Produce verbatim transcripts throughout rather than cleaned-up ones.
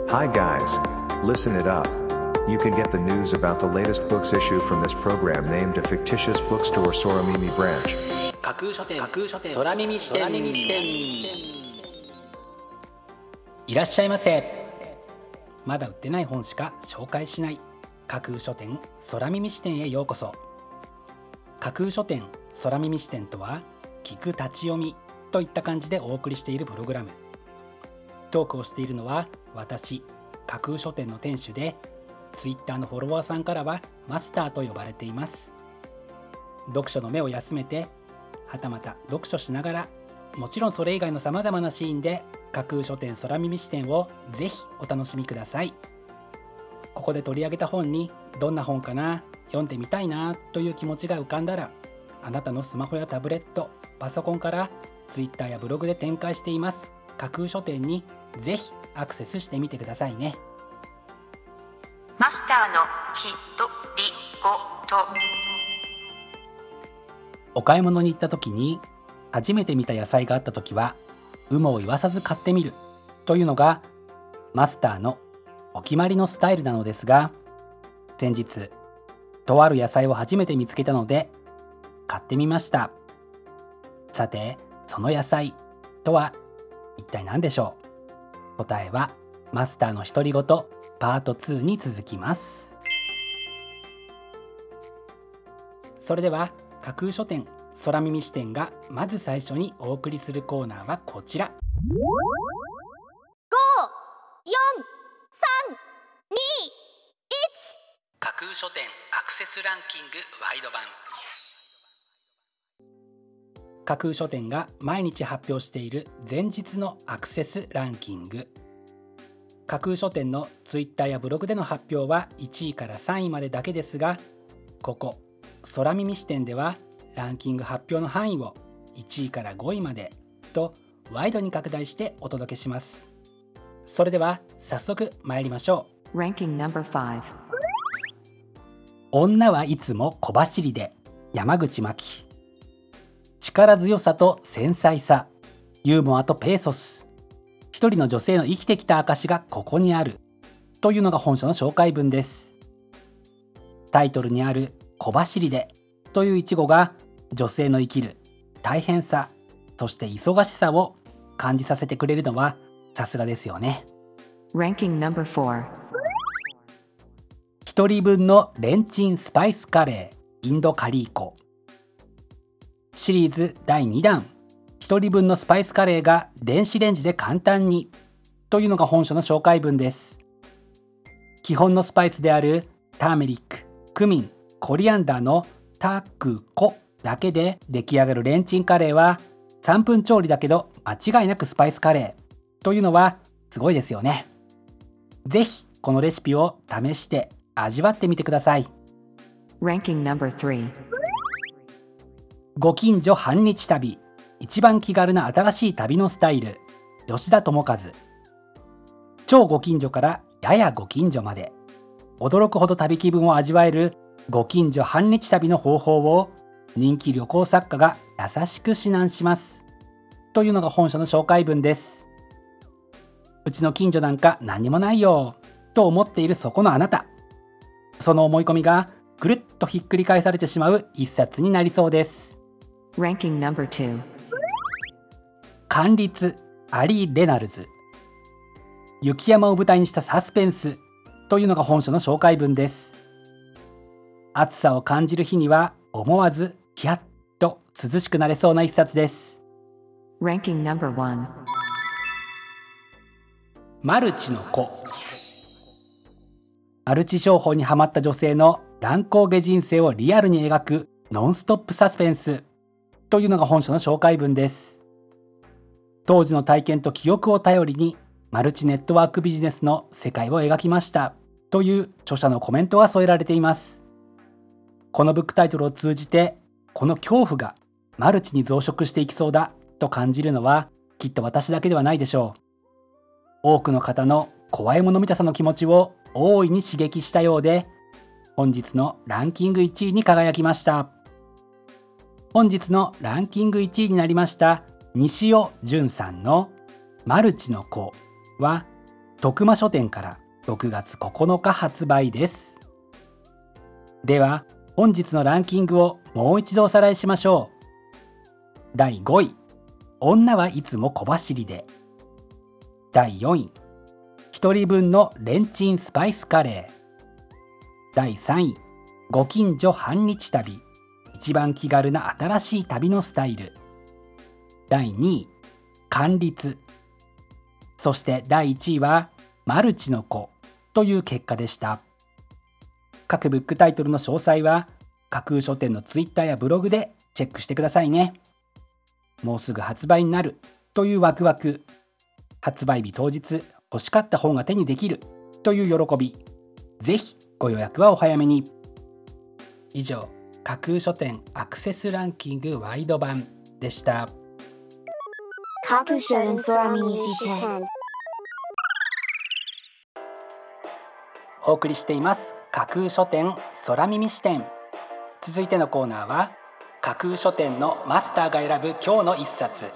Hi guys, listen it up. You can get the news about the latest books issue from this program named a fictitious bookstore Soramimi branch. 架空書店空耳視点いらっしゃいませ。まだ売ってない本しか紹介しない架空書店空耳視点へようこそ。架空書店空耳視点とは、聞く立ち読みといった感じでお送りしているプログラム。トークをしているのは私、架空書店の店主で、ツイッターのフォロワーさんからはマスターと呼ばれています。読書の目を休めて、はたまた読書しながら、もちろんそれ以外のさまざまなシーンで架空書店空耳視点をぜひお楽しみください。ここで取り上げた本にどんな本かな、読んでみたいなという気持ちが浮かんだら、あなたのスマホやタブレット、パソコンからツイッターやブログで展開しています架空書店にぜひアクセスしてみてくださいね。 マスターのひとりごと。 お買い物に行った時に初めて見た野菜があった時は、有無を言わさず買ってみるというのがマスターのお決まりのスタイルなのですが、先日とある野菜を初めて見つけたので買ってみました。さて、その野菜とは一体何でしょう。答えはマスターの独り言パートツーに続きます。それでは架空書店空耳視点がまず最初にお送りするコーナーはこちら。 ご、よん、さん、に、いち。 架空書店アクセスランキングワイド版。架空書店が毎日発表している前日のアクセスランキング。架空書店のツイッターやブログでの発表はいちいからさんいまでだけですが、ここ空耳視点ではランキング発表の範囲をいちいからごいまでとワイドに拡大してお届けします。それでは早速参りましょう。 Ranking ナンバーご。 女はいつも小走りで、山口真紀。力強さと繊細さ、ユーモアとペーソス。一人の女性の生きてきた証がここにあるというのが本書の紹介文です。タイトルにある小走りでという一語が女性の生きる大変さ、そして忙しさを感じさせてくれるのはさすがですよね。 Ranking ナンバーよん。 一人分のレンチンスパイスカレーインドカリーコ。シリーズだいにだん、一人分のスパイスカレーが電子レンジで簡単にというのが本書の紹介文です。基本のスパイスであるターメリック、クミン、コリアンダーのタクコだけで出来上がるレンチンカレーはさんぷん調理だけど間違いなくスパイスカレーというのはすごいですよね。ぜひこのレシピを試して味わってみてください。 Ranking ナンバーさん。 ご近所半日旅、一番気軽な新しい旅のスタイル、吉田智和。超ご近所からややご近所まで、驚くほど旅気分を味わえるご近所半日旅の方法を人気旅行作家が優しく指南しますというのが本書の紹介文です。うちの近所なんか何にもないよと思っているそこのあなた、その思い込みがぐるっとひっくり返されてしまう一冊になりそうです。 Ranking ナンバーに。 管律アリー・レナルズ。雪山を舞台にしたサスペンスというのが本書の紹介文です。暑さを感じる日には思わずヒヤッと涼しくなれそうな一冊です。 Ranking ナンバーいち。 マルチの子。マルチ商法にはまった女性の乱高下人生をリアルに描くノンストップサスペンスというのが本書の紹介文です。当時の体験と記憶を頼りにマルチネットワークビジネスの世界を描きましたという著者のコメントが添えられています。このブックタイトルを通じて、この恐怖がマルチに増殖していきそうだと感じるのはきっと私だけではないでしょう。多くの方の怖いもの見たさの気持ちを大いに刺激したようで、本日のランキングいちいに輝きました。本日のランキングいちいになりました西尾淳さんのマルチの子は徳間書店からろくがつここのか発売です。では本日のランキングをもう一度おさらいしましょう。だいごい、女はいつも小走りで。だいよんい、一人分のレンチンスパイスカレー。だいさんい、ご近所半日旅、一番気軽な新しい旅のスタイル。だいにい、管律。そしてだいいちいはマルチの子という結果でした。各ブックタイトルの詳細は架空書店のツイッターやブログでチェックしてくださいね。もうすぐ発売になるというワクワク、発売日当日欲しかった本が手にできるという喜び、ぜひご予約はお早めに。以上、架空書店アクセスランキングワイド版でした。 架空書店空耳視点。 お送りしています架空書店空耳視点。続いてのコーナーは架空書店のマスターが選ぶ今日の一冊。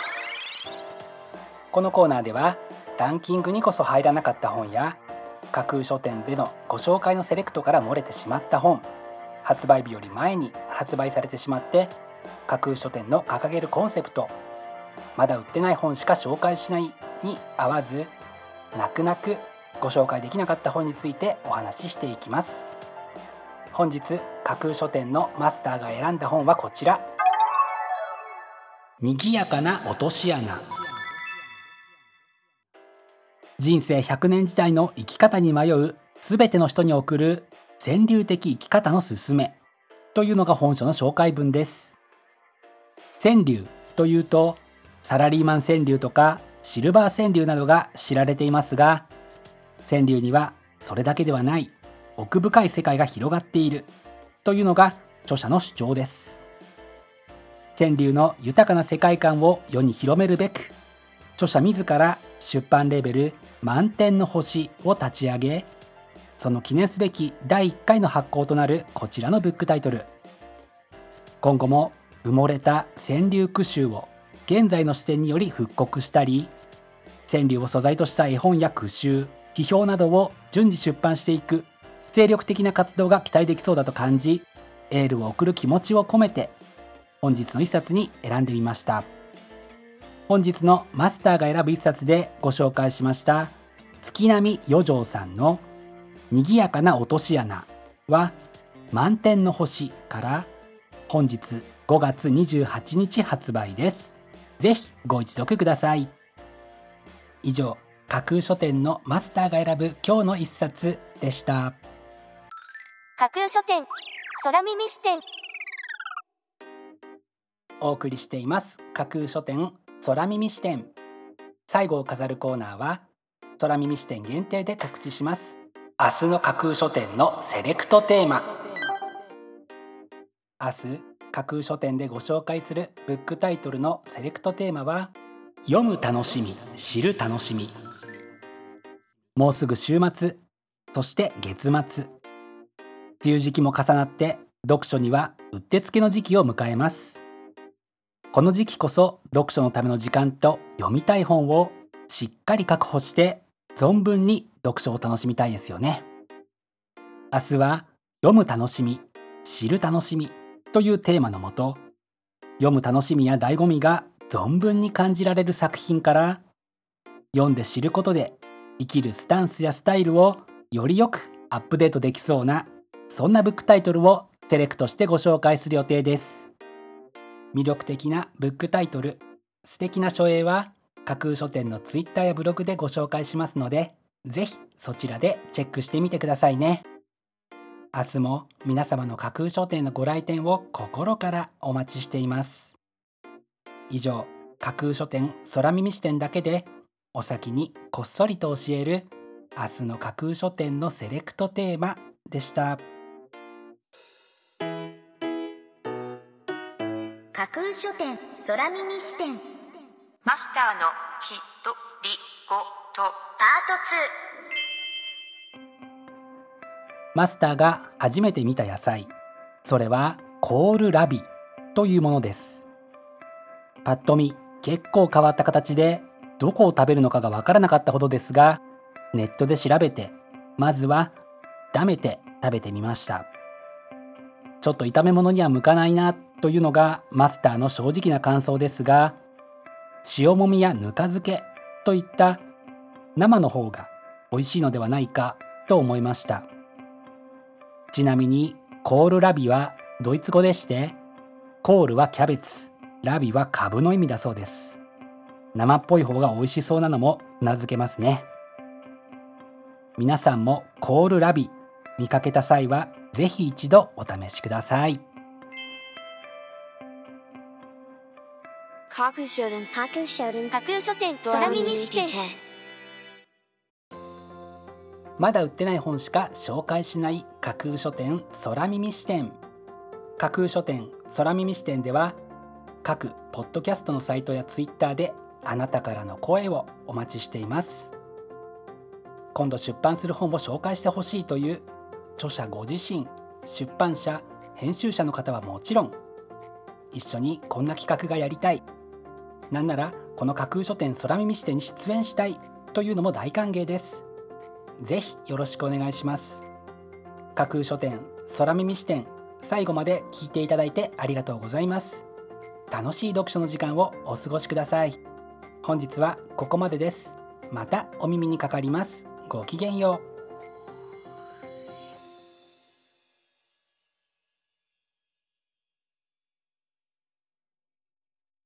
このコーナーではランキングにこそ入らなかった本や架空書店でのご紹介のセレクトから漏れてしまった本、発売日より前に発売されてしまって架空書店の掲げるコンセプト、まだ売ってない本しか紹介しないに合わず、泣く泣くご紹介できなかった本についてお話ししていきます。本日架空書店のマスターが選んだ本はこちら。にぎやかな落とし穴。人生ひゃくねん時代の生き方に迷うすべての人に送る川柳的生き方のすすめというのが本書の紹介文です。川柳というとサラリーマン川柳とかシルバー川柳などが知られていますが、川柳にはそれだけではない奥深い世界が広がっているというのが著者の主張です。川柳の豊かな世界観を世に広めるべく、著者自ら出版レーベル満天の星を立ち上げ、その記念すべきだいいっかいの発行となるこちらのブックタイトル。今後も埋もれた川柳句集を現在の視点により復刻したり、川柳を素材とした絵本や句集、批評などを順次出版していく精力的な活動が期待できそうだと感じ、エールを送る気持ちを込めて本日の一冊に選んでみました。本日のマスターが選ぶ一冊でご紹介しました月並余剰さんのにぎやかな落とし穴は満天の星から本日ごがつにじゅうはちにち発売です。ぜひご一読ください。以上、架空書店のマスターが選ぶ今日の一冊でした。 架空書店空耳視点。 お送りしています架空書店空耳視点。最後を飾るコーナーは空耳視点限定で告知します。明日の架空書店のセレクトテーマ。明日架空書店でご紹介するブックタイトルのセレクトテーマは、読む楽しみ、知る楽しみ。もうすぐ週末、そして月末、梅雨時期も重なって読書にはうってつけの時期を迎えます。この時期こそ読書のための時間と読みたい本をしっかり確保して存分に読書を楽しみたいですよね。明日は読む楽しみ、知る楽しみというテーマのもと、読む楽しみや醍醐味が存分に感じられる作品から、読んで知ることで生きるスタンスやスタイルをよりよくアップデートできそうな、そんなブックタイトルをセレクトしてご紹介する予定です。魅力的なブックタイトル、素敵な書影は架空書店のツイッターやブログでご紹介しますので、ぜひそちらでチェックしてみてくださいね。明日も皆様の架空書店のご来店を心からお待ちしています。以上、架空書店空耳視点だけでお先にこっそりと教える明日の架空書店のセレクトテーマでした。 架空書店空耳視点マスターのきとりごとパートマスターが初めて見た野菜、それはコールラビというものです。パッと見結構変わった形でどこを食べるのかがわからなかったほどですが、 ネットで調べて、まずは炒めて食べてみました。ちょっと炒め物には向かないなというのがマスターの正直な感想ですが、塩もみやぬか漬けといった生の方が美味しいのではないかと思いました。ちなみにコールラビはドイツ語でして、コールはキャベツ、ラビはカブの意味だそうです。生っぽい方が美味しそうなのもうなずけますね。皆さんもコールラビ見かけた際はぜひ一度お試しください。 架空書店架空書店架空書店空耳視点。 まだ売ってない本しか紹介しない架空書店空耳視点。架空書店空耳視点では、各ポッドキャストのサイトやツイッターであなたからの声をお待ちしています。今度出版する本を紹介してほしいという著者ご自身、出版社、編集者の方はもちろん、一緒にこんな企画がやりたい、なんならこの架空書店空耳視点に出演したいというのも大歓迎です。ぜひよろしくお願いします。架空書店空耳視点、最後まで聞いていただいてありがとうございます。楽しい読書の時間をお過ごしください。本日はここまでです。またお耳にかかります。ごきげんよう。